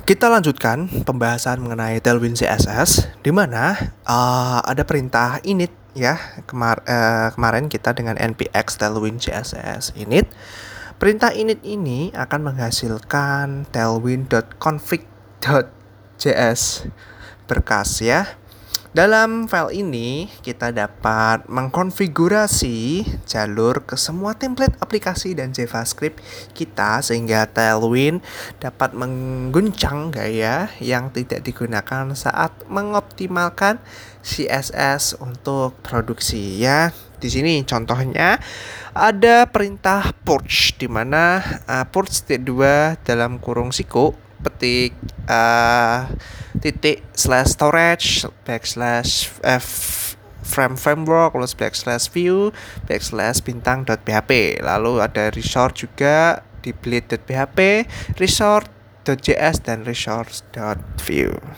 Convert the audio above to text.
Kita lanjutkan pembahasan mengenai Tailwind CSS, di mana ada perintah init ya. Kemarin kita dengan npx Tailwind CSS init. Perintah init ini akan menghasilkan tailwind.config.js berkas ya. Dalam file ini kita dapat mengkonfigurasi jalur ke semua template aplikasi dan JavaScript kita sehingga Tailwind dapat mengguncang gaya yang tidak digunakan saat mengoptimalkan CSS untuk produksi ya. Di sini contohnya ada perintah purge di mana purge T2 dalam kurung siku petik /storage /frame framework /view /bintang.php, lalu ada resort juga di bleed.php, resort.js dan resource.view.